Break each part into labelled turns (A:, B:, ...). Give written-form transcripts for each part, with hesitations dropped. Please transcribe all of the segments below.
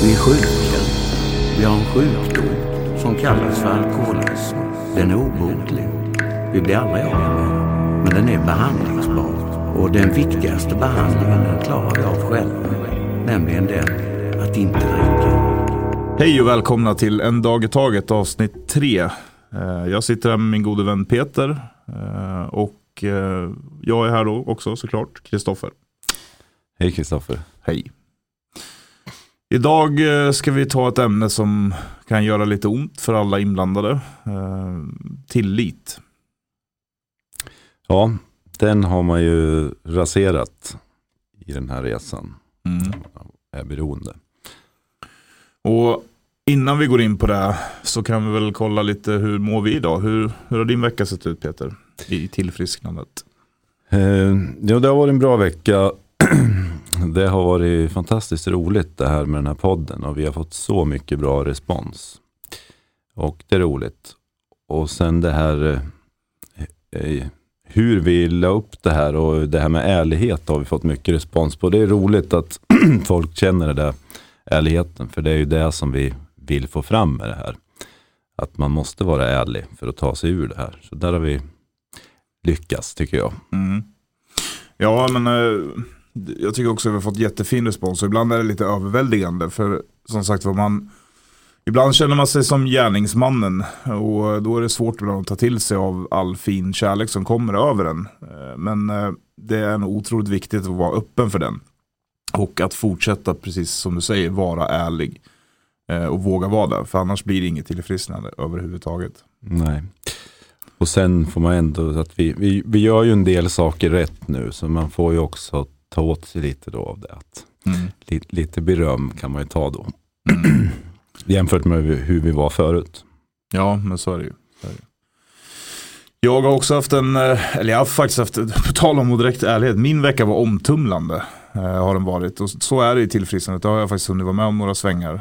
A: Vi är sjuka. Vi har en sjukdom som kallas för alkoholism. Den är obotlig. Vi blir aldrig av med den. Men den är behandlingsbar. Och den viktigaste behandlingen den klarar vi av själva. Nämligen den att inte dricka.
B: Hej och välkomna till En dag i taget avsnitt 3. Jag sitter här med min gode vän Peter. Och jag är här då också såklart, Kristoffer.
C: Hej Kristoffer.
B: Hej. Idag ska vi ta ett ämne som kan göra lite ont för alla inblandade. Tillit.
C: Ja, den har man ju raserat i den här resan. Är beroende.
B: Och innan vi går in på det så kan vi väl kolla lite hur mår vi idag. Hur har din vecka sett ut, Peter, i tillfrisknandet?
C: Ja, det har varit en bra vecka. Det har varit fantastiskt roligt det här med den här podden och vi har fått så mycket bra respons. Och det är roligt. Och sen det här hur vi la upp det här och det här med ärlighet har vi fått mycket respons på. Det är roligt att folk känner det där ärligheten, för det är ju det som vi vill få fram med det här. Att man måste vara ärlig för att ta sig ur det här. Så där har vi lyckats, tycker jag.
B: Ja, men jag tycker också att vi har fått jättefin respons och ibland är det lite överväldigande, för som sagt ibland känner man sig som gärningsmannen och då är det svårt ibland att ta till sig av all fin kärlek som kommer över en. Men det är nog otroligt viktigt att vara öppen för den och att fortsätta, precis som du säger, vara ärlig och våga vara där, för annars blir det inget tillfrisknande överhuvudtaget.
C: Nej. Och sen får man ändå att vi gör ju en del saker rätt nu, så man får ju också ta åt sig lite då av det. Lite beröm kan man ju ta då. Jämfört med hur vi var förut.
B: Ja, men så är det ju. Jag har också haft jag har faktiskt haft, på tal om direkt ärlighet, min vecka var omtumlande, har den varit. Och så är det i tillfrisknandet. Då har jag faktiskt hunnit vara med om några svängar.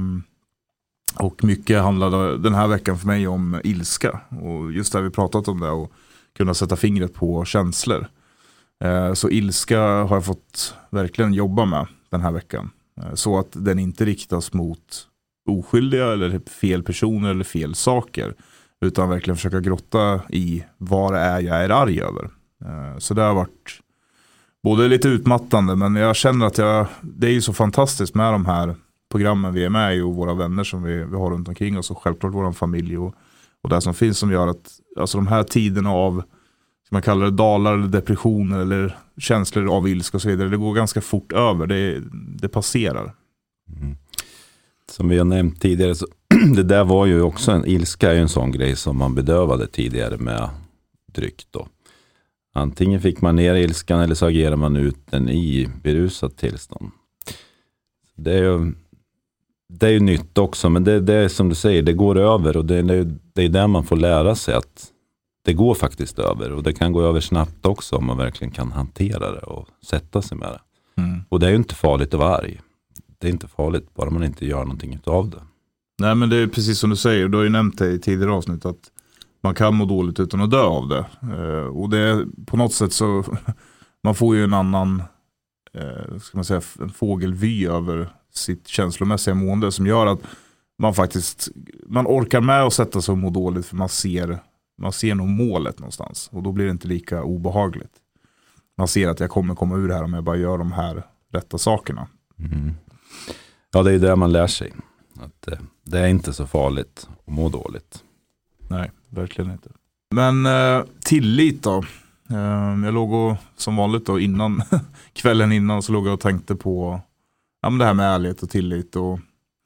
B: Och mycket handlade den här veckan för mig om ilska. Och just där vi pratat om det och kunna sätta fingret på känslor. Så ilska har jag fått verkligen jobba med den här veckan. Så att den inte riktas mot oskyldiga eller fel personer eller fel saker, utan verkligen försöka grotta i vad det är jag är arg över. Så det har varit både lite utmattande, men jag känner att det är ju så fantastiskt med de här programmen vi är med i och våra vänner som vi har runt omkring oss och självklart vår familj och det som finns, som gör att alltså de här tiderna av, som man kallar det, dalar eller depressioner eller känslor av ilska och så vidare, det går ganska fort över, det passerar.
C: Som vi har nämnt tidigare, så det där var ju också ilska är ju en sån grej som man bedövade tidigare med dryck då. Antingen fick man ner ilskan eller så agerar man ut den i berusat tillstånd. Det är ju nytt också, men det är som du säger, det går över och det är där man får lära sig att det går faktiskt över, och det kan gå över snabbt också om man verkligen kan hantera det och sätta sig med det. Och det är ju inte farligt att vara arg. Det är inte farligt, bara man inte gör någonting av det. Nej,
B: men det är precis som du säger, du har ju nämnt det i tidigare avsnitt att man kan må dåligt utan att dö av det. Och det är på något sätt så man får ju en annan ska man säga, en fågelvy över sitt känslomässiga mående som gör att man orkar med att sätta sig och må dåligt, för man ser nog målet någonstans, och då blir det inte lika obehagligt. Man ser att jag kommer komma ur det här om jag bara gör de här rätta sakerna.
C: Ja, det är det man lär sig. Att det är inte så farligt att må dåligt.
B: Nej, verkligen inte. Men tillit då. Jag låg som vanligt då kvällen innan så låg jag och tänkte på det här med ärlighet och tillit och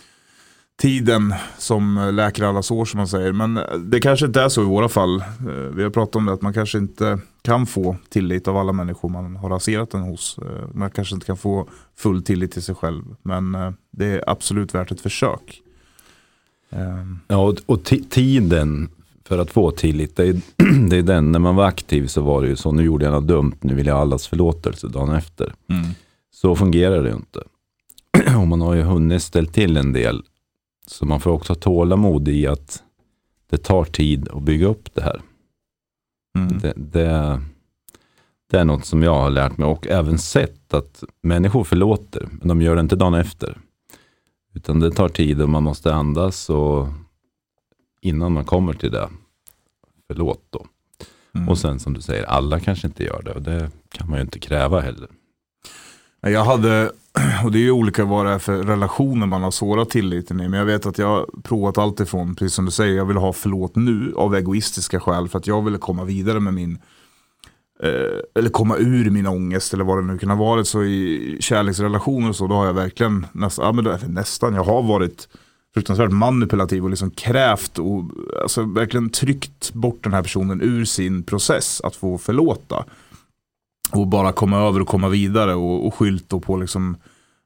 B: tiden som läker alla sår, som man säger. Men det kanske inte är så i våra fall. Vi har pratat om det, att man kanske inte kan få tillit av alla människor man har raserat den hos. Man kanske inte kan få full tillit till sig själv. Men det är absolut värt ett försök.
C: Ja, och tiden för att få tillit, det är den. När man var aktiv så var det ju så, nu gjorde jag något dumt, nu vill jag allas förlåtelse dagen efter. Så fungerar det ju inte. Och man har ju hunnit ställt till en del. Så man får också tålamod i att det tar tid att bygga upp det här. Det är något som jag har lärt mig och även sett att människor förlåter, men de gör det inte dagen efter. Utan det tar tid och man måste andas och innan man kommer till det, förlåt då. Och sen som du säger, alla kanske inte gör det och det kan man ju inte kräva heller.
B: Jag hade, och det är ju olika vad det är för relationer man har sårat tilliten i, men jag vet att jag har provat allt ifrån, precis som du säger, jag vill ha förlåt nu av egoistiska skäl för att jag ville komma vidare med min eller komma ur min ångest eller vad det nu kan ha varit. Så i kärleksrelationer och så, då har jag verkligen nästan, jag har varit fruktansvärt manipulativ och liksom krävt och alltså verkligen tryckt bort den här personen ur sin process att få förlåta och bara komma över och komma vidare och skylt då på liksom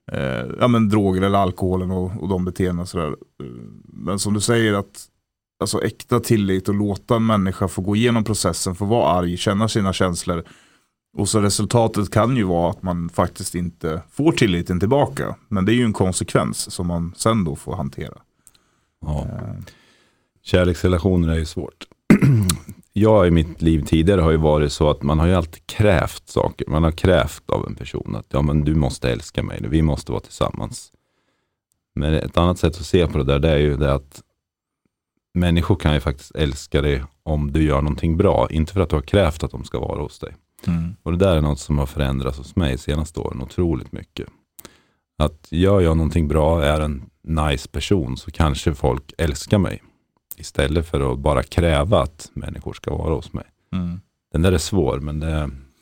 B: droger eller alkoholen och de beteenden sådär. Men som du säger, att alltså äkta tillit och låta en människa få gå igenom processen, få vara arg, känna sina känslor, och så resultatet kan ju vara att man faktiskt inte får tilliten tillbaka, men det är ju en konsekvens som man sen då får hantera.
C: Ja. Kärleksrelationer är ju svårt. Jag i mitt liv tidigare har ju varit så att man har ju alltid krävt saker. Man har krävt av en person att ja, men du måste älska mig, vi måste vara tillsammans. Men ett annat sätt att se på det där, det är ju det att människor kan ju faktiskt älska dig om du gör någonting bra, inte för att du har krävt att de ska vara hos dig. Och det där är något som har förändrats hos mig senaste åren otroligt mycket. Att gör jag någonting bra, är en nice person, så kanske folk älskar mig. Istället för att bara kräva att människor ska vara hos mig. Den där är svår, men det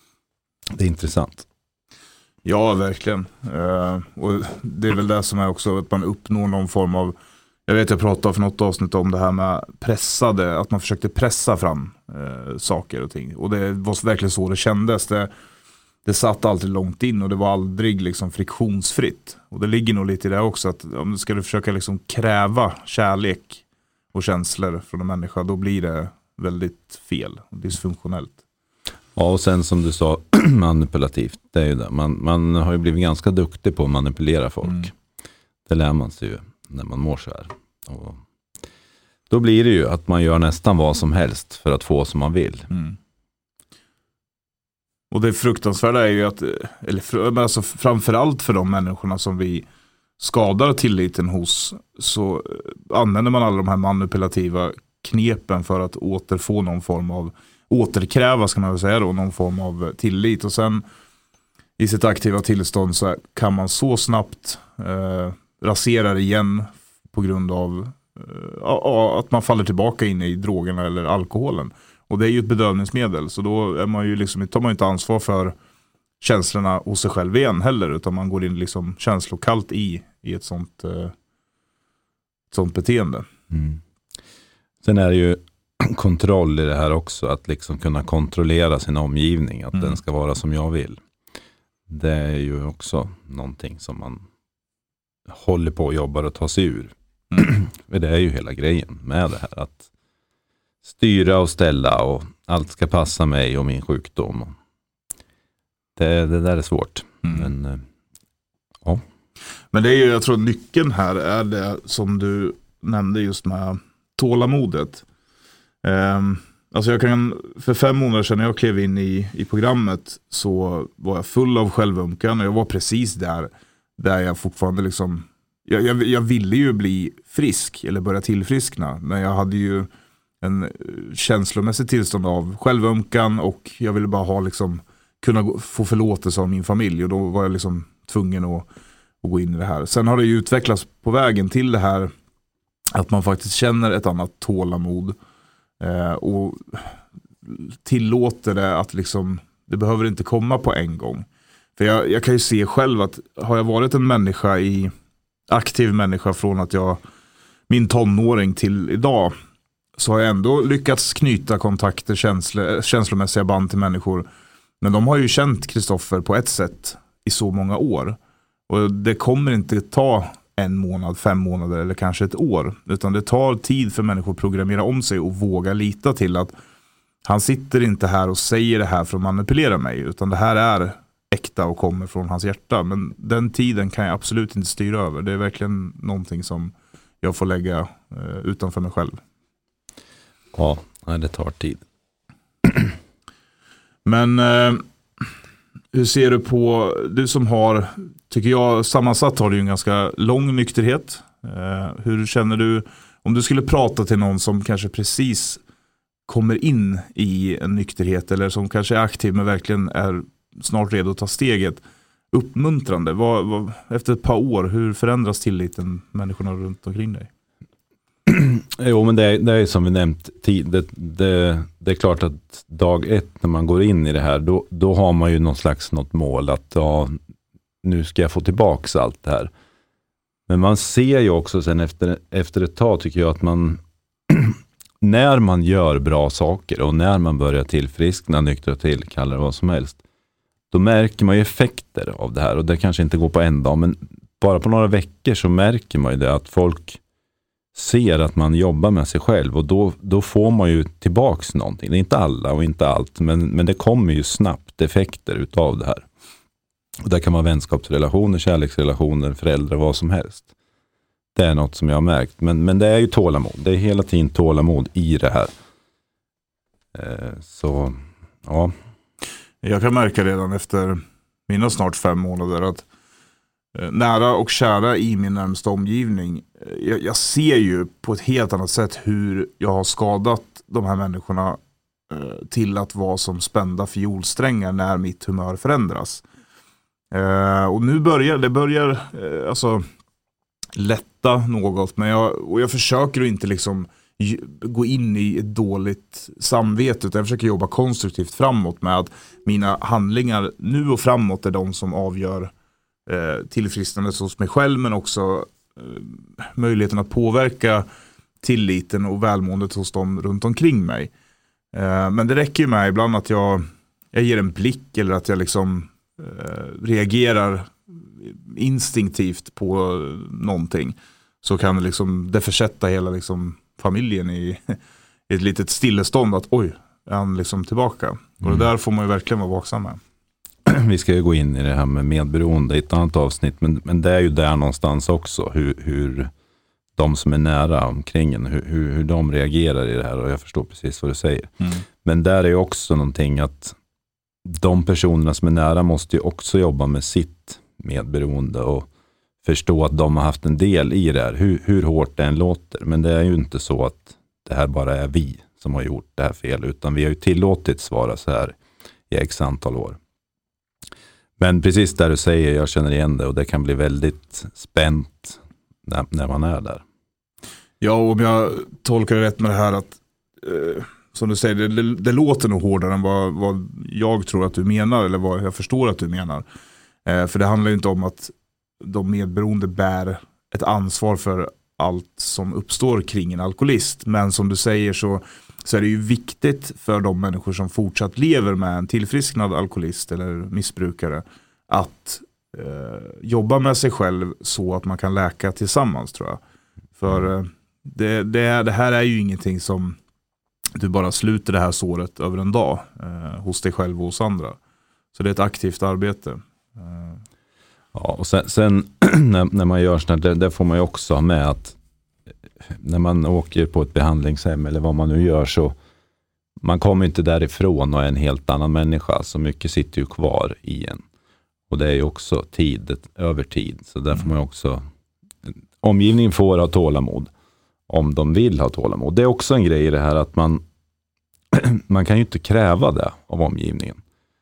C: är intressant.
B: Ja, verkligen. Och det är väl det som är också att man uppnår någon form av, jag pratade för något avsnitt om det här med pressade, att man försökte pressa fram saker och ting. Och det var verkligen så det kändes. Det satt alltid långt in och det var aldrig liksom friktionsfritt. Och det ligger nog lite i det också, att om du ska försöka liksom kräva kärlek och känslor från en människa, då blir det väldigt fel och dysfunktionellt.
C: Ja, och sen som du sa, manipulativt, det är ju det. Man har ju blivit ganska duktig på att manipulera folk. Det lär man sig ju när man mår så här. Och då blir det ju att man gör nästan vad som helst för att få som man vill.
B: Och det fruktansvärda är ju att, alltså framförallt för de människorna som vi skadar tilliten hos, så använder man alla de här manipulativa knepen för att återfå någon form av, återkräva ska man väl säga då, någon form av tillit. Och sen i sitt aktiva tillstånd så kan man så snabbt rasera det igen på grund av att man faller tillbaka in i drogerna eller alkoholen. Och det är ju ett bedövningsmedel, så då är man ju liksom, tar man inte ansvar för känslorna hos sig själv igen heller, utan man går in liksom känslokallt i ett sånt beteende.
C: Sen är det ju kontroll i det här också, att liksom kunna kontrollera sin omgivning, att den ska vara som jag vill. Det är ju också någonting som man håller på och jobbar och tar sig ur. Det är ju hela grejen med det här, att styra och ställa och allt ska passa mig och min sjukdom. Det där är svårt. Men ja.
B: Men det är ju, jag tror nyckeln här är det som du nämnde just med tålamodet. Alltså för 5 månader sedan när jag klev in i programmet, så var jag full av självömkan och jag var precis där jag fortfarande liksom, jag ville ju bli frisk eller börja tillfriskna, men jag hade ju en känslomässig tillstånd av självömkan och jag ville bara ha liksom, kunna få förlåtelse av min familj, och då var jag liksom tvungen att gå in i det här. Sen har det ju utvecklats på vägen till det här att man faktiskt känner ett annat tålamod och tillåter det att liksom, det behöver inte komma på en gång. För jag kan ju se själv att har jag varit en aktiv människa från att min tonåring till idag, så har jag ändå lyckats knyta kontakter, känslomässiga band till människor. Men de har ju känt Kristoffer på ett sätt i så många år. Och det kommer inte ta 1 månad, 5 månader eller kanske ett år. Utan det tar tid för människor att programmera om sig och våga lita till att han sitter inte här och säger det här för att manipulera mig. Utan det här är äkta och kommer från hans hjärta. Men den tiden kan jag absolut inte styra över. Det är verkligen någonting som jag får lägga utanför mig själv.
C: Ja, det tar tid.
B: Men Hur ser du på, du som har, tycker jag, sammansatt har du ju en ganska lång nykterhet. Hur känner du, om du skulle prata till någon som kanske precis kommer in i en nykterhet eller som kanske är aktiv men verkligen är snart redo att ta steget, uppmuntrande, efter ett par år, hur förändras tilliten människorna runt omkring dig?
C: Jo, men det är som vi nämnt det är klart att dag ett när man går in i det här, då har man ju något mål att nu ska jag få tillbaka allt det här. Men man ser ju också sen efter ett tag, tycker jag, att man när man gör bra saker och när man börjar tillfriskna, nyktra till, kalla det vad som helst, då märker man ju effekter av det här. Och det kanske inte går på en dag, men bara på några veckor så märker man ju det, att folk ser att man jobbar med sig själv, och då får man ju tillbaks någonting. Det är inte alla och inte allt, men det kommer ju snabbt effekter utav det här. Och det kan vara vänskapsrelationer, kärleksrelationer, föräldrar, vad som helst. Det är något som jag har märkt. Men det är ju tålamod. Det är hela tiden tålamod i det här. Så, ja.
B: Jag kan märka redan efter mina snart 5 månader att nära och kära i min närmsta omgivning, jag ser ju på ett helt annat sätt hur jag har skadat de här människorna till att vara som spända fiolsträngar när mitt humör förändras. Och nu börjar alltså lätta något, men jag försöker inte liksom gå in i ett dåligt samvete, utan jag försöker jobba konstruktivt framåt med att mina handlingar nu och framåt är de som avgör tillfrisknandet hos mig själv, men också möjligheten att påverka tilliten och välmåendet hos dem runt omkring mig. Men det räcker ju med ibland att jag ger en blick, eller att jag liksom reagerar instinktivt på någonting, så kan liksom det försätta hela liksom familjen i ett litet stillestånd, att oj, är han liksom tillbaka. Och det där får man ju verkligen vara vaksam med.
C: Vi ska ju gå in i det här med medberoende i ett annat avsnitt, men det är ju där någonstans också hur de som är nära omkring en, hur de reagerar i det här, och jag förstår precis vad du säger. Men där är ju också någonting att de personerna som är nära måste ju också jobba med sitt medberoende och förstå att de har haft en del i det här, hur hårt det än låter. Men det är ju inte så att det här bara är vi som har gjort det här fel, utan vi har ju tillåtits vara så här i x antal år. Men precis där du säger, jag känner igen det, och det kan bli väldigt spänt när man är där.
B: Ja, om jag tolkar det rätt med det här att som du säger, det låter nog hårdare än vad jag tror att du menar, eller vad jag förstår att du menar. För det handlar ju inte om att de medberoende bär ett ansvar för allt som uppstår kring en alkoholist. Men som du säger så är det ju viktigt för de människor som fortsatt lever med en tillfrisknad alkoholist eller missbrukare att jobba med sig själv så att man kan läka tillsammans, tror jag. För det här är ju ingenting som du bara sluter det här såret över en dag hos dig själv och hos andra. Så det är ett aktivt arbete.
C: Ja, och sen när man gör sånt här, det får man ju också ha med att när man åker på ett behandlingshem eller vad man nu gör, så man kommer inte därifrån och är en helt annan människa. Så mycket sitter ju kvar i en. Och det är ju också över tid. Så där får man också, omgivningen får ha tålamod om de vill ha tålamod. Det är också en grej i det här att man kan ju inte kräva det av omgivningen.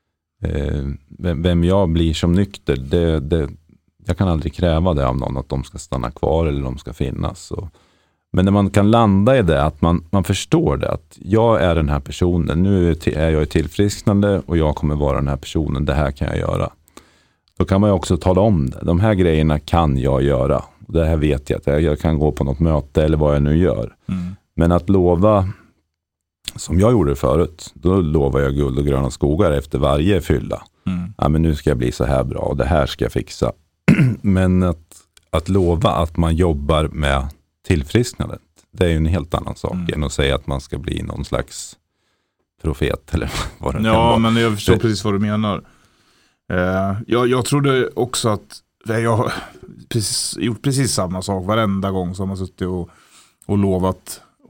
C: Vem jag blir som nykter, jag kan aldrig kräva det av någon, att de ska stanna kvar eller de ska finnas. Men när man kan landa i det, att man förstår det, att jag är den här personen, nu är jag tillfrisknande och jag kommer vara den här personen, det här kan jag göra. Då kan man ju också tala om det. De här grejerna kan jag göra. Det här vet jag att jag kan gå på något möte eller vad jag nu gör. Men att lova, som jag gjorde förut, då lovar jag guld och gröna skogar efter varje fylla. Ja, men nu ska jag bli så här bra och det här ska jag fixa. Men att lova att man jobbar med tillfrisknandet, det är ju en helt annan sak än att säga att man ska bli någon slags profet eller vad det kan vara.
B: Ja, men jag förstår precis vad du menar. Jag trodde också att jag har gjort precis samma sak varenda gång som man suttit och lovat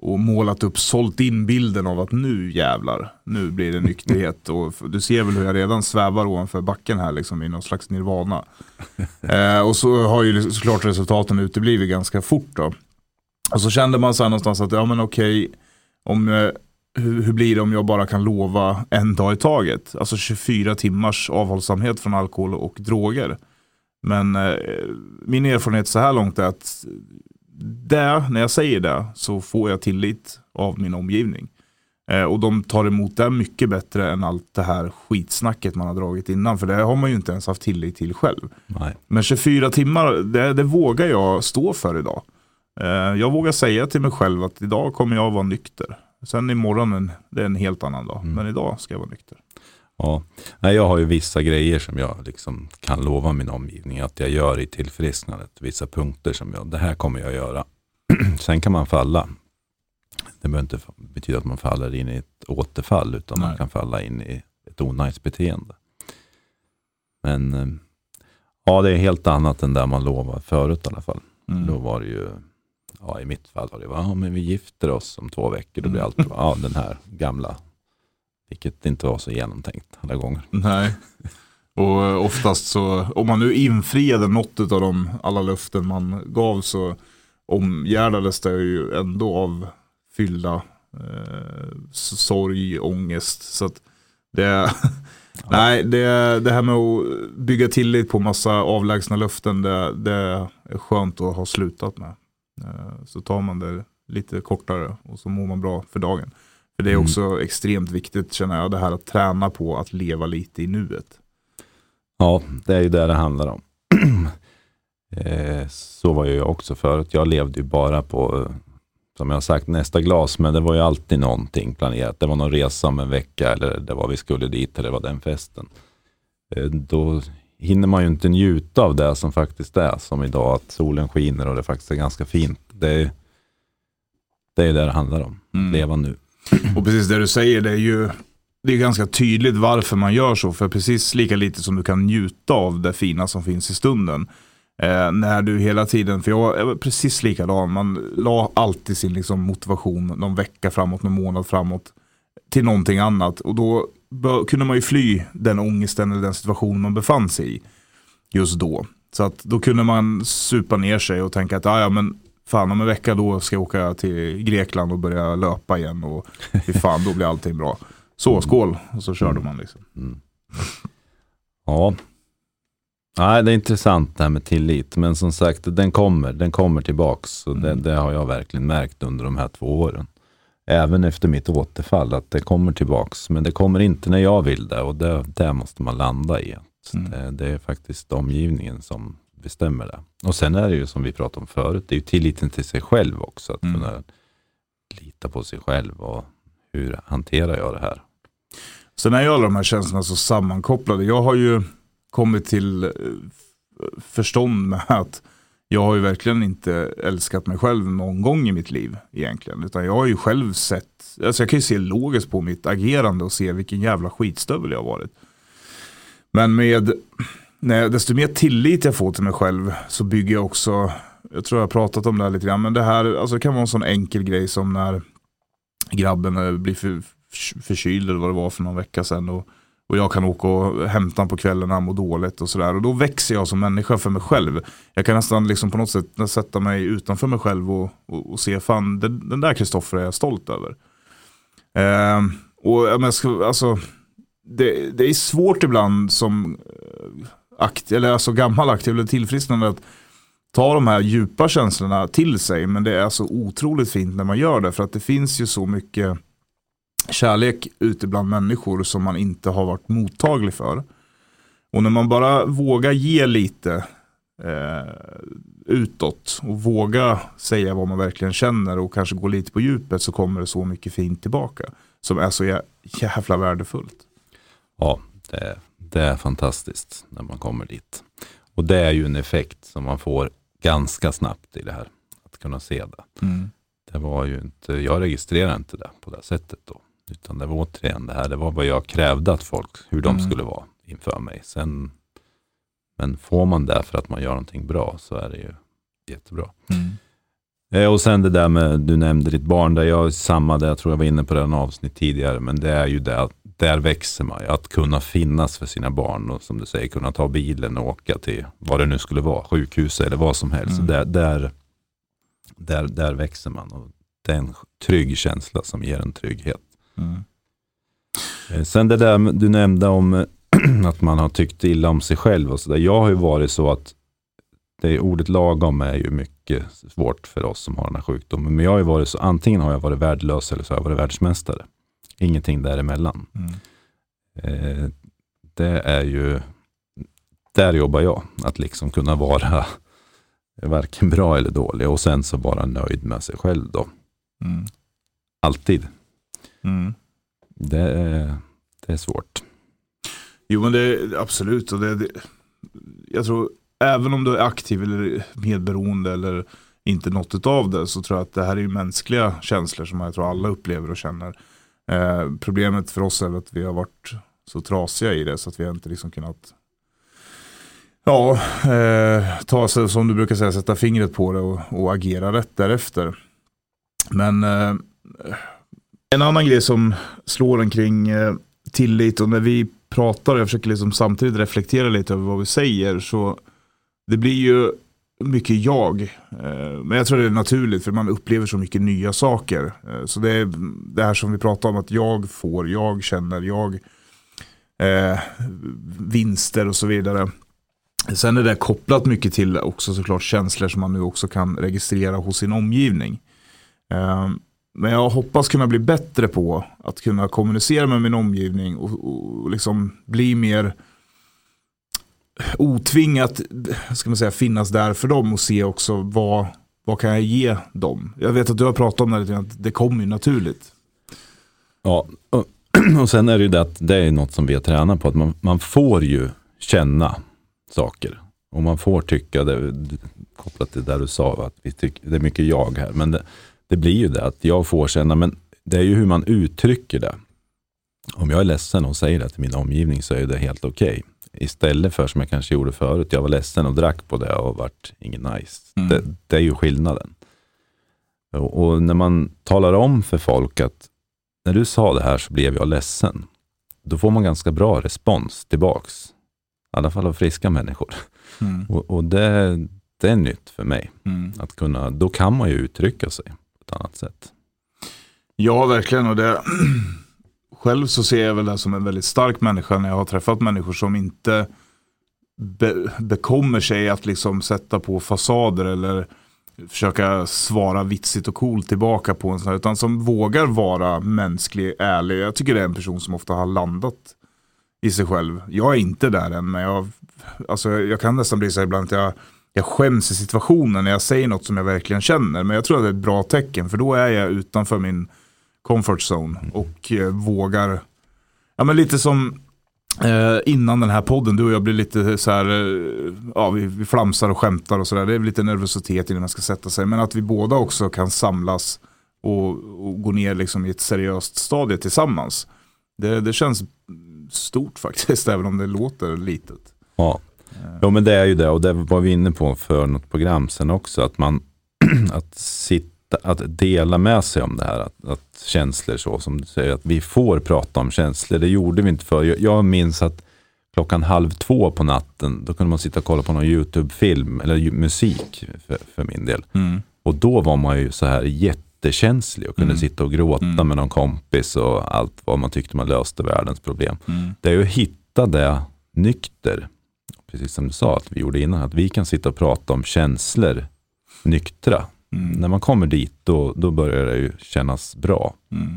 B: och målat upp, sålt in bilden av att nu jävlar, nu blir det nykterhet. Och du ser väl hur jag redan svävar ovanför backen här liksom, i någon slags nirvana. Och så har ju såklart resultaten uteblivit ganska fort då. Och så kände man så här någonstans att ja men okej, hur blir det om jag bara kan lova en dag i taget? Alltså 24 timmars avhållsamhet från alkohol och droger. Men min erfarenhet så här långt är att när jag säger det så får jag tillit av min omgivning. Och de tar emot det mycket bättre än allt det här skitsnacket man har dragit innan. För det har man ju inte ens haft tillit till själv.
C: Nej. Men
B: 24 timmar, det vågar jag stå för idag. Jag vågar säga till mig själv att idag kommer jag vara nykter. Sen imorgon, det är en helt annan dag. Men idag ska jag vara nykter.
C: Ja, nej, jag har ju vissa grejer som jag liksom kan lova min omgivning att jag gör i tillfrisknandet. Vissa punkter som det här kommer jag göra. Sen kan man falla. Det behöver inte betyda att man faller in i ett återfall, utan man kan falla in i ett onajs beteende. Men ja, det är helt annat än där man lovade förut i alla fall. Då var det ju, ja, i mitt fall var det men vi gifter oss om 2 veckor, då blir allt bra. Ja, den här gamla, vilket inte var så genomtänkt alla gånger.
B: Nej, och oftast så, om man nu infriade något av alla löften man gav, så omgärdades det ju ändå av fyllda sorg, ångest. Så att nej, det här med att bygga tillit på massa avlägsna löften, det är skönt att ha slutat med. Så tar man det lite kortare och så mår man bra för dagen. För det är också extremt viktigt, känner jag, det här att träna på att leva lite i nuet.
C: Ja, det är ju det handlar om. Så var jag också förut. Jag levde ju bara på, som jag har sagt, nästa glas, men det var ju alltid någonting planerat. Det var någon resa om en vecka, eller det var vi skulle dit, eller det var den festen. Då hinner man ju inte njuta av det som faktiskt är, som idag, att solen skiner och det faktiskt är ganska fint. Det är det handlar om. Leva nu.
B: Och precis det du säger, det är ganska tydligt varför man gör så. För precis lika lite som du kan njuta av det fina som finns i stunden. När du hela tiden, för jag var precis likadan, man la alltid sin liksom motivation någon vecka framåt, någon månad framåt till någonting annat. Och då kunde man ju fly den ångesten eller den situation man befann sig i just då. Så att då kunde man supa ner sig och tänka att ja men fan, om en vecka då ska jag åka till Grekland och börja löpa igen, och fan, då blir allting bra. Så, skål. Och så körde man liksom.
C: Ja. Nej, det är intressant det här med tillit. Men som sagt, den kommer tillbaks. Och det har jag verkligen märkt under de här 2 åren. Även efter mitt återfall, att det kommer tillbaks. Men det kommer inte när jag vill det. Och det måste man landa i. Det är faktiskt omgivningen som bestämmer det. Och sen är det ju, som vi pratade om förut, det är ju tilliten till sig själv också. Att kunna lita på sig själv. Och hur hanterar jag det här?
B: Sen är ju alla de här känslorna så sammankopplade. Jag har ju kommit till förstånd med att jag har ju verkligen inte älskat mig själv någon gång i mitt liv egentligen. Utan jag har ju själv sett, alltså jag kan ju se logiskt på mitt agerande och se vilken jävla skitstövel jag har varit. Men desto mer tillit jag får till mig själv, så bygger jag också, jag tror jag har pratat om det här lite grann, men det här, alltså det kan vara en sån enkel grej som när grabben blir förkyld eller vad det var för någon vecka sedan, och jag kan åka och hämta han på kvällen när han mår dåligt och sådär. Och då växer jag som människa för mig själv. Jag kan nästan liksom på något sätt sätta mig utanför mig själv och se, fan, den där Kristoffer är jag stolt över. Och alltså, det är svårt ibland som gammal aktiv eller tillfrisknande att ta de här djupa känslorna till sig. Men det är så otroligt fint när man gör det, för att det finns ju så mycket kärlek ute bland människor som man inte har varit mottaglig för. Och när man bara vågar ge lite utåt och våga säga vad man verkligen känner och kanske gå lite på djupet, så kommer det så mycket fint tillbaka som är så jävla värdefullt.
C: Ja, det är fantastiskt när man kommer dit. Och det är ju en effekt som man får ganska snabbt i det här, att kunna se det. Det var ju inte, jag registrerar inte det på det sättet då. Utan det var återigen det här, det var vad jag krävde att folk, hur de skulle vara inför mig. Sen, men får man det för att man gör någonting bra, så är det ju jättebra. Och sen det där med, du nämnde ditt barn, där jag jag tror jag var inne på den avsnitt tidigare, men det är ju det att där växer man, att kunna finnas för sina barn och som du säger, kunna ta bilen och åka till vad det nu skulle vara, sjukhus eller vad som helst. Där växer man, och det är en trygg känsla som ger en trygghet. Sen det där du nämnde om att man har tyckt illa om sig själv och så där. Jag har ju varit så att det ordet lagom är ju mycket svårt för oss som har den här sjukdomen. Men jag har ju varit så, antingen har jag varit värdelös eller så har jag varit världsmästare. Ingenting däremellan. Det är ju, där jobbar jag. Att liksom kunna vara varken bra eller dålig. Och sen så vara nöjd med sig själv då. Alltid. Det är svårt.
B: Jo, men det är absolut. Och jag tror, även om du är aktiv eller medberoende eller inte något av det, så tror jag att det här är mänskliga känslor som jag tror alla upplever och känner. Problemet för oss är att vi har varit så trasiga i det så att vi inte liksom kunnat ta sig, som du brukar säga, sätta fingret på det och agera rätt därefter. Men en annan grej som slår en kring tillit, och när vi pratar, jag försöker liksom samtidigt reflektera lite över vad vi säger, så det blir ju mycket jag. Men jag tror det är naturligt, för man upplever så mycket nya saker. Så det är det här som vi pratar om, att jag känner, vinster och så vidare. Sen är det kopplat mycket till också såklart känslor som man nu också kan registrera hos sin omgivning. Men jag hoppas kunna bli bättre på att kunna kommunicera med min omgivning och liksom bli mer otvingat, ska man säga, finnas där för dem och se också vad kan jag ge dem. Jag vet att du har pratat om det, att det kommer ju naturligt.
C: Ja, och sen är det ju det att det är något som vi har tränat på, att man får ju känna saker och man får tycka det, kopplat till det du sa, att vi tycker det är mycket jag här, men det blir ju det att jag får känna, men det är ju hur man uttrycker det. Om jag är ledsen och säger det till min omgivning så är det helt okej. Istället för som jag kanske gjorde förut, jag var ledsen och drack på det och vart ingen nice. Det är ju skillnaden. Och när man talar om för folk att när du sa det här så blev jag ledsen, då får man ganska bra respons tillbaks. I alla fall av friska människor. Och det är nytt för mig. Att kunna, då kan man ju uttrycka sig på ett annat sätt.
B: Ja, verkligen. Och det själv så ser jag väl det som en väldigt stark människa när jag har träffat människor som inte bekommer sig att liksom sätta på fasader eller försöka svara vitsigt och coolt tillbaka på en sån här, utan som vågar vara mänsklig, ärlig. Jag tycker det är en person som ofta har landat i sig själv. Jag är inte där än, men jag kan nästan bli så här ibland att jag skäms i situationen när jag säger något som jag verkligen känner. Men jag tror att det är ett bra tecken, för då är jag utanför min comfort zone och vågar, ja men lite som innan den här podden, du och jag blir lite så här, ja vi flamsar och skämtar och sådär, det är lite nervositet innan man ska sätta sig, men att vi båda också kan samlas och gå ner liksom i ett seriöst stadie tillsammans, det känns stort faktiskt, även om det låter litet.
C: Ja, men det är ju det, och det var vi inne på för något program sen också, att man att dela med sig om det här, att känslor, så som du säger, att vi får prata om känslor, det gjorde vi inte för. Jag minns att 1:30 på natten, då kunde man sitta och kolla på någon YouTube-film eller musik för min del. Och då var man ju så här jättekänslig och kunde sitta och gråta med någon kompis och allt vad man tyckte man löste världens problem. Det är ju att hitta det nykter, precis som du sa att vi gjorde innan, att vi kan sitta och prata om känslor nyktra. När man kommer dit då börjar det ju kännas bra.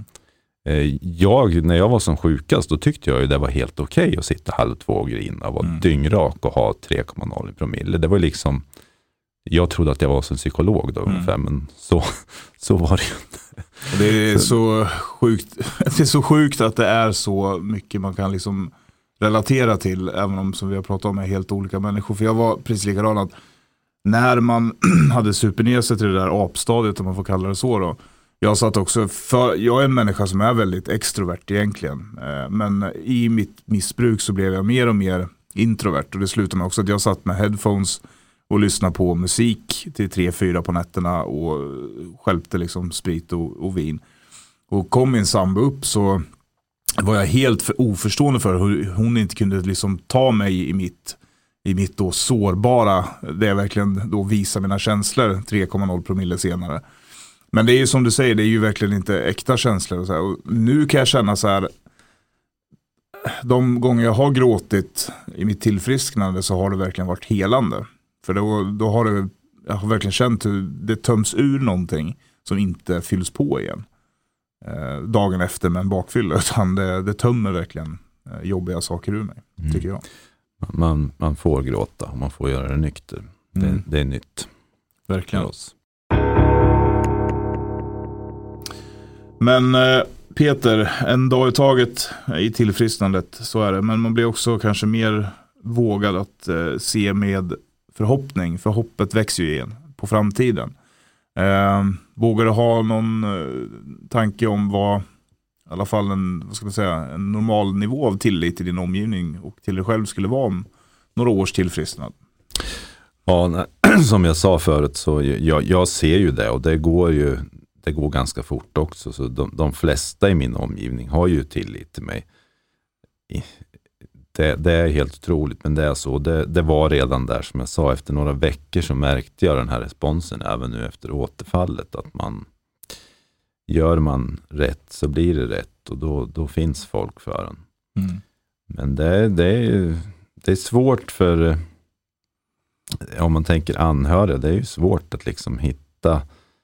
C: När jag var som sjukast, då tyckte jag ju det var helt okej att sitta 1:30 och grina och vara dyngrak och ha 3,0 promille. Det var liksom, jag trodde att jag var som psykolog då ungefär, men så var det ju inte.
B: Det är så sjukt. Det är så sjukt att det är så mycket man kan liksom relatera till, även om, som vi har pratat om, är helt olika människor. För jag var precis likadan, att när man hade super ner sig till det där apstadiet, om man får kalla det så då. Jag satt också, jag är en människa som är väldigt extrovert egentligen. Men i mitt missbruk så blev jag mer och mer introvert. Och det slutade med också att jag satt med headphones och lyssnade på musik till 3-4 på nätterna och stjälpte liksom sprit och vin. Och kom min sambo upp så var jag helt oförstående för hur hon inte kunde liksom ta mig i mitt då sårbara, det är verkligen då visa mina känslor 3,0 promille senare. Men det är ju som du säger, det är ju verkligen inte äkta känslor och så här. Och nu kan jag känna så här, de gånger jag har gråtit i mitt tillfrisknande så har det verkligen varit helande. För då har jag har verkligen känt hur det töms ur någonting som inte fylls på igen. Dagen efter med en bakfylla, utan det tömmer verkligen jobbiga saker ur mig, tycker jag.
C: Man får gråta och man får göra det nykter. Det är nytt.
B: Verkligen. Men Peter, en dag i taget i tillfrisknandet, så är det. Men man blir också kanske mer vågad att se med förhoppning. För hoppet växer ju igen på framtiden. Vågar du ha någon tanke om vad, i alla fall en normal nivå av tillit till din omgivning och till dig själv skulle vara om några års tillfrisknad?
C: Ja, som jag sa förut så jag ser ju det, och det går ganska fort också. Så de flesta i min omgivning har ju tillit till mig. Det är helt otroligt, men det är så. Det var redan där, som jag sa, efter några veckor så märkte jag den här responsen även nu efter återfallet, att gör man rätt så blir det rätt, och då finns folk för en. Men det är svårt för, om man tänker anhöriga, det är ju svårt att liksom hitta.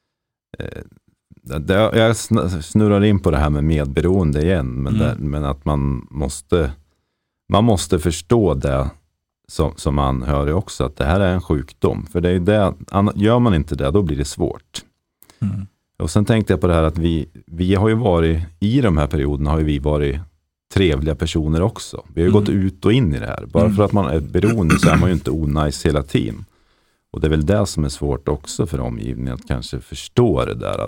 C: Jag snurrar in på det här med medberoende igen, men att man måste förstå det som anhörig också, att det här är en sjukdom. För det är det, gör man inte det, då blir det svårt. Och sen tänkte jag på det här att vi har ju varit, i de här perioderna har ju vi varit trevliga personer också. Vi har ju gått ut och in i det här. Bara för att man är beroende så är man ju inte onajs hela tiden. Och det är väl det som är svårt också för omgivningen, att kanske förstå det där,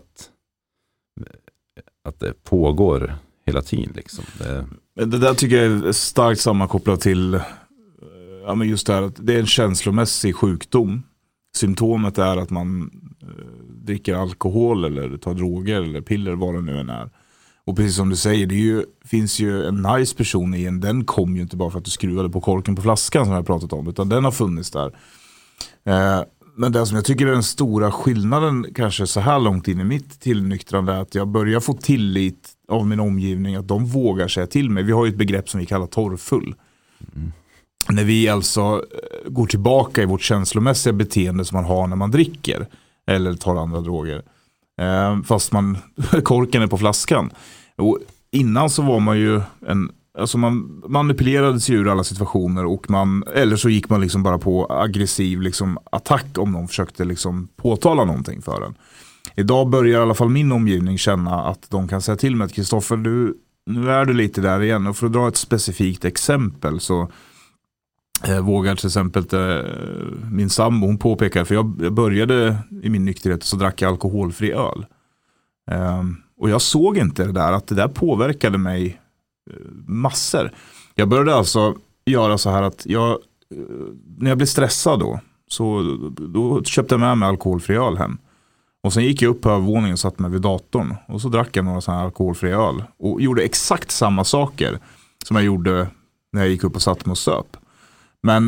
C: att det pågår hela tiden liksom.
B: Det där tycker jag är starkt sammankopplat till men just det här att det är en känslomässig sjukdom. Symptomet är att man dricker alkohol eller tar droger eller piller, vad det nu än är. Och precis som du säger, finns ju en nice person i en. Den kom ju inte bara för att du skruvade på korken på flaskan som jag har pratat om, utan den har funnits där. Men det som jag tycker är den stora skillnaden kanske så här långt in i mitt tillnyktrande är att jag börjar få tillit av min omgivning, att de vågar säga till mig. Vi har ju ett begrepp som vi kallar torrfull. När vi alltså går tillbaka i vårt känslomässiga beteende som man har när man dricker eller tar andra droger. Fast korken är på flaskan. Och innan så var man ju man manipulerades ju ur alla situationer, och eller så gick man liksom bara på aggressiv liksom attack om någon försökte liksom påtala någonting för en. Idag börjar i alla fall min omgivning känna att de kan säga till mig att Kristoffer, nu är du lite där igen. Och för att dra ett specifikt exempel så vågar till exempel min sambo, hon påpekar, för jag började i min nykterhet så drack jag alkoholfri öl. Och jag såg inte det där, att det där påverkade mig massor. Jag började alltså göra så här att när jag blev stressad då köpte jag med mig alkoholfri öl hem. Och sen gick jag upp på övervåningen och satt mig vid datorn. Och så drack jag några sådana här alkoholfri öl. Och gjorde exakt samma saker som jag gjorde när jag gick upp och satt mig och söp. Men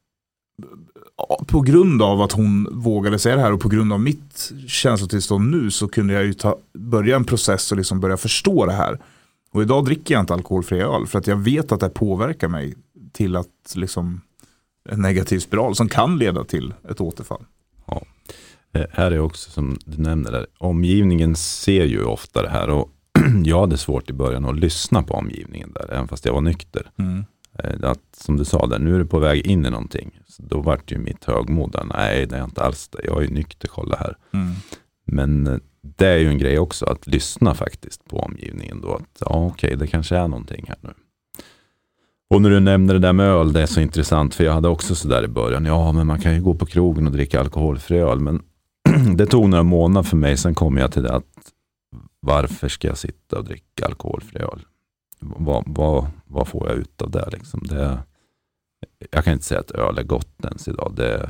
B: på grund av att hon vågade säga det här och på grund av mitt känslotillstånd nu, så kunde jag ju börja en process och liksom börja förstå det här. Och idag dricker jag inte alkoholfri öl för att jag vet att det påverkar mig till att liksom en negativ spiral som kan leda till ett återfall.
C: Ja. Här är också, som du nämner där, omgivningen ser ju ofta det här, och jag hade svårt i början att lyssna på omgivningen där, även fast jag var nykter. Att, som du sa där, nu är du på väg in i någonting. Så då var det ju mitt högmod där, nej det är inte alls det, jag är ju nykter, kolla här. Men det är ju en grej också, att lyssna faktiskt på omgivningen då, att okej, det kanske är någonting här nu. Och när du nämner det där med öl, det är så intressant, för jag hade också så där i början, men man kan ju gå på krogen och dricka alkoholfri öl, men det tog några månader för mig, sen kom jag till det att varför ska jag sitta och dricka alkoholfri öl? Vad får jag ut av det liksom? Jag kan inte säga att öl är gott ens idag.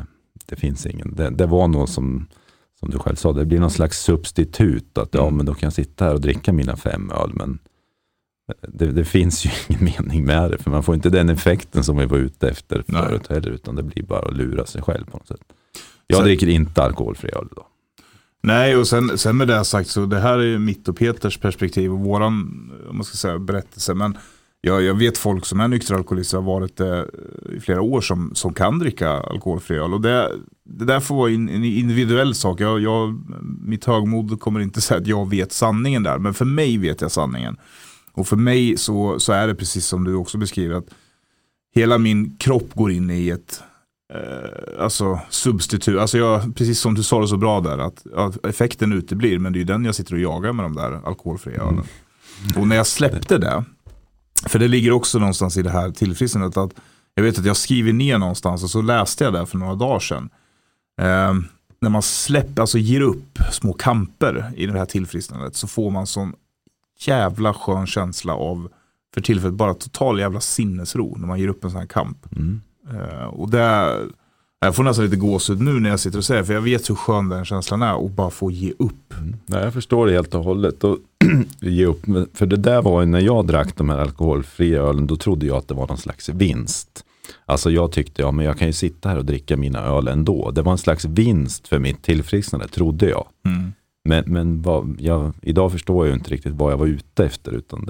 C: det finns ingen. Det var något som du själv sa, det blir någon slags substitut att men då kan jag sitta här och dricka mina 5 öl, men det finns ju ingen mening med det, för man får inte den effekten som vi var ute efter förut heller, utan det blir bara att lura sig själv på något sätt. Jag dricker inte alkoholfri öl då. Nej,
B: och sen med det sagt, så det här är ju mitt och Peters perspektiv och våran, om man ska säga, berättelse, men jag vet folk som är nyktra alkoholister har varit i flera år som kan dricka alkoholfri öl, och det där får vara en individuell sak. Mitt högmod kommer inte säga att jag vet sanningen där, men för mig vet jag sanningen. Och för mig så är det precis som du också beskriver, att hela min kropp går in i ett substitut. Alltså precis som du sa det så bra där, att effekten uteblir, men det är ju den jag sitter och jagar med de där alkoholfria ölen. Och när jag släppte det, för det ligger också någonstans i det här tillfrisknandet, att jag vet att jag skriver ner någonstans, och så läste jag det för några dagar sedan. När man släpper, alltså ger upp små kamper i det här tillfrisknandet, så får man sån jävla skön känsla av, för tillfället, bara total jävla sinnesro när man ger upp en sån här kamp. Och jag får nästan lite gåshud nu när jag sitter och säger, för jag vet hur skön den känslan är, och bara få ge upp.
C: Nej, jag förstår det helt och hållet, och ge upp, för det där var ju när jag drack de här alkoholfria ölen, då trodde jag att det var någon slags vinst. Alltså jag tyckte, men jag kan ju sitta här och dricka mina öl ändå. Det var en slags vinst för mitt tillfrisknande, trodde jag. Men idag förstår jag ju inte riktigt vad jag var ute efter, utan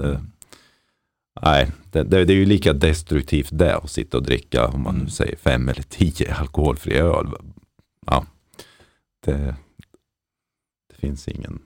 C: det är ju lika destruktivt det att sitta och dricka, om man nu säger 5 eller 10 alkoholfria öl. Ja, det finns ingen.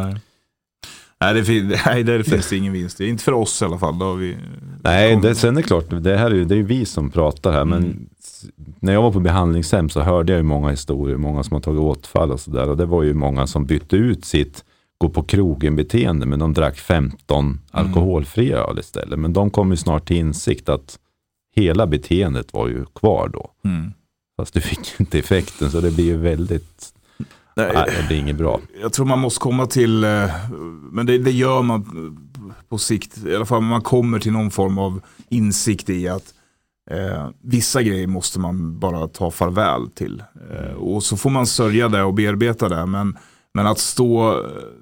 B: Nej, det finns ingen vinst. Det är inte för oss i alla fall. Då har vi...
C: Nej, sen är det klart, det är ju vi som pratar här, men när jag var på behandlingshem så hörde jag ju många historier, många som har tagit återfall och sådär, och det var ju många som bytte ut sitt gå på krogen beteende, men de drack 15 alkoholfria öl istället. Men de kom ju snart till insikt att hela beteendet var ju kvar då. Fast det fick inte effekten, så det blir ju väldigt... Nej, det blir inget bra.
B: Jag tror man måste komma till, men det gör man på sikt. I alla fall man kommer till någon form av insikt i att vissa grejer måste man bara ta farväl till. Och så får man sörja det och bearbeta det. Men att stå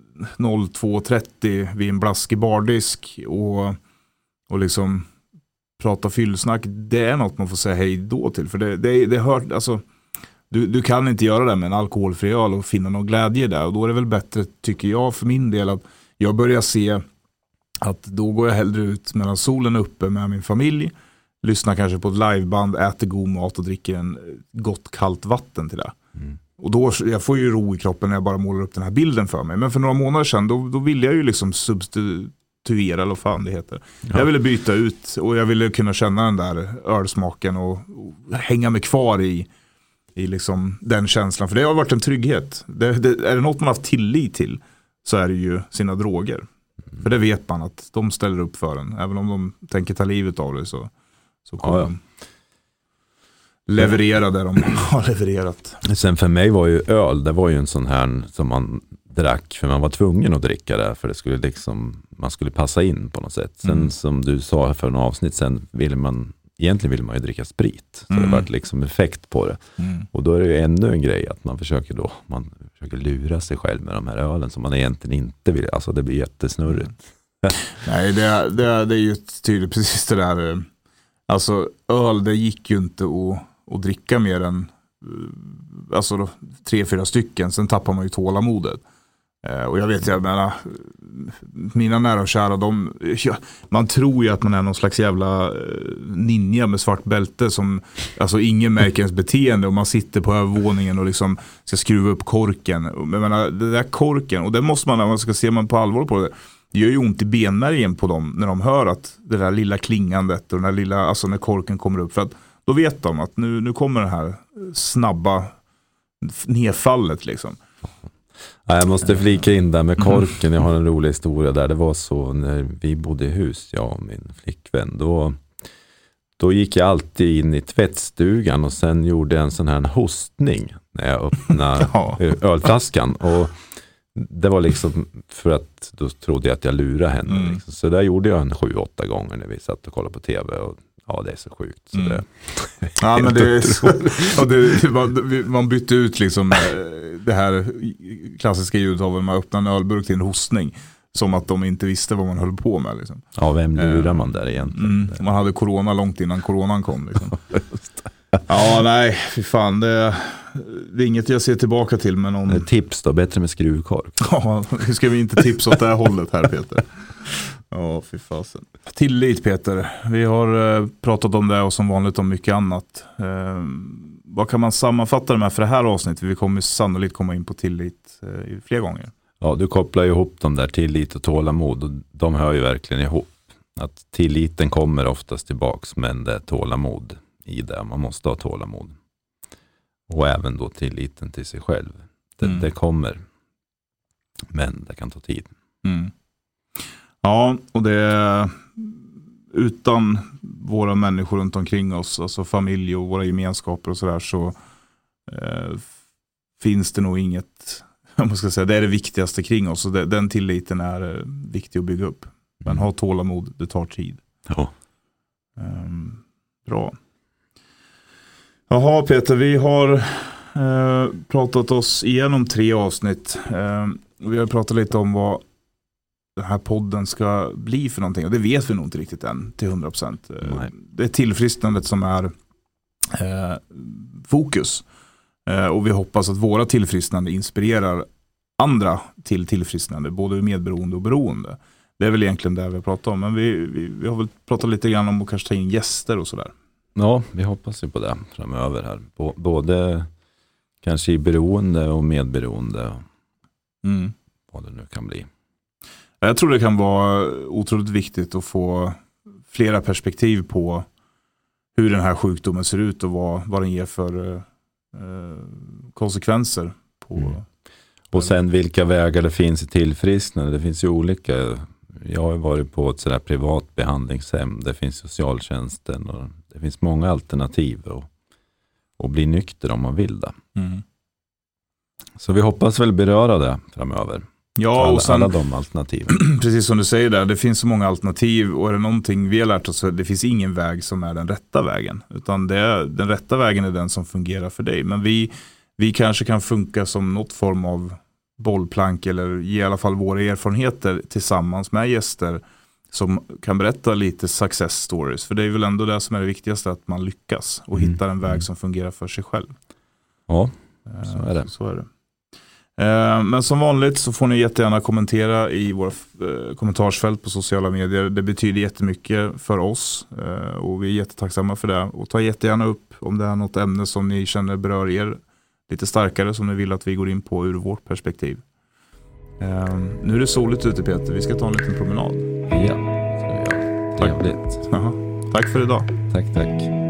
B: 02.30 vid en blaskig bardisk och liksom prata fyllsnack, det är något man får säga hej då till. För det hör, alltså, du kan inte göra det med en alkoholfri öl och finna någon glädje där. Och då är det väl bättre, tycker jag för min del, att jag börjar se att då går jag hellre ut medan solen är uppe med min familj, lyssnar kanske på ett liveband, äter god mat och dricker en gott kallt vatten till det. Och då, jag får ju ro i kroppen när jag bara målar upp den här bilden för mig. Men för några månader sedan, då ville jag ju liksom substituera, eller vad fan det heter. Ja. Jag ville byta ut, och jag ville kunna känna den där ölsmaken och hänga mig kvar i liksom den känslan. För det har varit en trygghet. Är det något man har haft tillit till, så är det ju sina droger. För det vet man att de ställer upp för en. Även om de tänker ta livet av det, så kommer de leverera det de har levererat.
C: Sen för mig var ju öl, det var ju en sån här som man drack för man var tvungen att dricka det, för det skulle liksom, man skulle passa in på något sätt. Sen som du sa för en avsnitt sen, egentligen vill man ju dricka sprit, så det var liksom effekt på det. Och då är det ju ännu en grej att man försöker lura sig själv med de här ölen som man egentligen inte vill, alltså det blir jättesnurrigt.
B: Nej, det är ju tydligt precis det där. Alltså öl, det gick ju inte att dricka mer än 3-4 stycken, sen tappar man ju tålamodet. Och jag vet, jag menar, mina nära och kära, man tror ju att man är någon slags jävla ninja med svart bälte som, alltså ingen märker ens beteende, och man sitter på övervåningen och liksom ska skruva upp korken. Jag menar, det där korken, och det måste man ska se man på allvar på det. Det gör ju ont i benmärgen på dem när de hör att det där lilla klingandet och den där lilla, alltså när korken kommer upp, för att då vet de att nu kommer det här snabba nedfallet liksom.
C: Jag måste flika in där med korken. Jag har en rolig historia där. Det var så när vi bodde i hus, jag och min flickvän. Då gick jag alltid in i tvättstugan och sen gjorde en sån här hostning när jag öppnade ölflaskan. Och det var liksom för att då trodde jag att jag lurade henne. Liksom. Så där gjorde jag en 7-8 gånger när vi satt och kollade på tv. Och Ja, det är så sjukt. Så det,
B: ja, men det är så, man bytte ut liksom det här klassiska ljudet av när man öppnar en ölburk till en hostning. Som att de inte visste vad man höll på med. Liksom.
C: Ja, vem lurar man där egentligen?
B: Man hade corona långt innan coronan kom. Liksom. Ja, nej, fy fan. Det är inget jag ser tillbaka till. Med någon...
C: Tips då, bättre med skruvkork.
B: Ja, hur ska vi inte tipsa åt det här hållet här, Peter? Ja, fy fasen. Tillit, Peter. Vi har pratat om det och som vanligt om mycket annat. Vad kan man sammanfatta det med för det här avsnittet? Vi kommer sannolikt komma in på tillit fler gånger.
C: Ja, du kopplar ju ihop de där tillit och tålamod och de hör ju verkligen ihop. Att tilliten kommer oftast tillbaks, men det är tålamod i det. Man måste ha tålamod. Och även då tilliten till sig själv. Det kommer, men det kan ta tid.
B: Mm. Ja, och det är utan våra människor runt omkring oss, alltså familj och våra gemenskaper och sådär, så finns det nog inget, jag ska säga, det är det viktigaste kring oss, och den tilliten är viktig att bygga upp. Men ha tålamod, det tar tid.
C: Ja.
B: Bra. Jaha, Peter, vi har pratat oss igenom 3 avsnitt. Vi har pratat lite om vad den här podden ska bli för någonting, och det vet vi nog inte riktigt än till 100%. Det är tillfrisknandet som är fokus. Och vi hoppas att våra tillfrisknande inspirerar andra till tillfrisknande, både medberoende och beroende. Det är väl egentligen det vi har pratat om, men vi har väl pratat lite grann om att kanske ta in gäster och sådär.
C: Ja, vi hoppas ju på det framöver här. Både kanske i beroende och medberoende. Vad det nu kan bli.
B: Jag tror det kan vara otroligt viktigt att få flera perspektiv på hur den här sjukdomen ser ut och vad den ger för konsekvenser på.
C: Och sen vilka vägar det finns i tillfrisknande. Det finns ju olika. Jag har varit på ett sådär privat behandlingshem. Det finns socialtjänsten och det finns många alternativ och bli nykter om man vill det. Så vi hoppas väl beröra det framöver.
B: Ja, och sen,
C: alla de alternativen.
B: Precis som du säger där, det finns så många alternativ, och är det någonting vi har lärt oss, så det finns ingen väg som är den rätta vägen, utan den rätta vägen är den som fungerar för dig. Men vi kanske kan funka som något form av bollplank, eller ge i alla fall våra erfarenheter tillsammans med gäster som kan berätta lite success stories, för det är väl ändå det som är det viktigaste, att man lyckas och hittar en väg som fungerar för sig själv.
C: Ja, så är det.
B: Så är det. Men som vanligt så får ni jättegärna kommentera i våra kommentarsfält på sociala medier. Det betyder jättemycket för oss, och vi är jättetacksamma för det. Och ta jättegärna upp om det är något ämne som ni känner berör er lite starkare, som ni vill att vi går in på ur vårt perspektiv. Nu är det soligt ute, Peter. Vi ska ta en liten promenad.
C: Ja, ska vi göra. Trevligt.
B: Tack för idag.
C: Tack.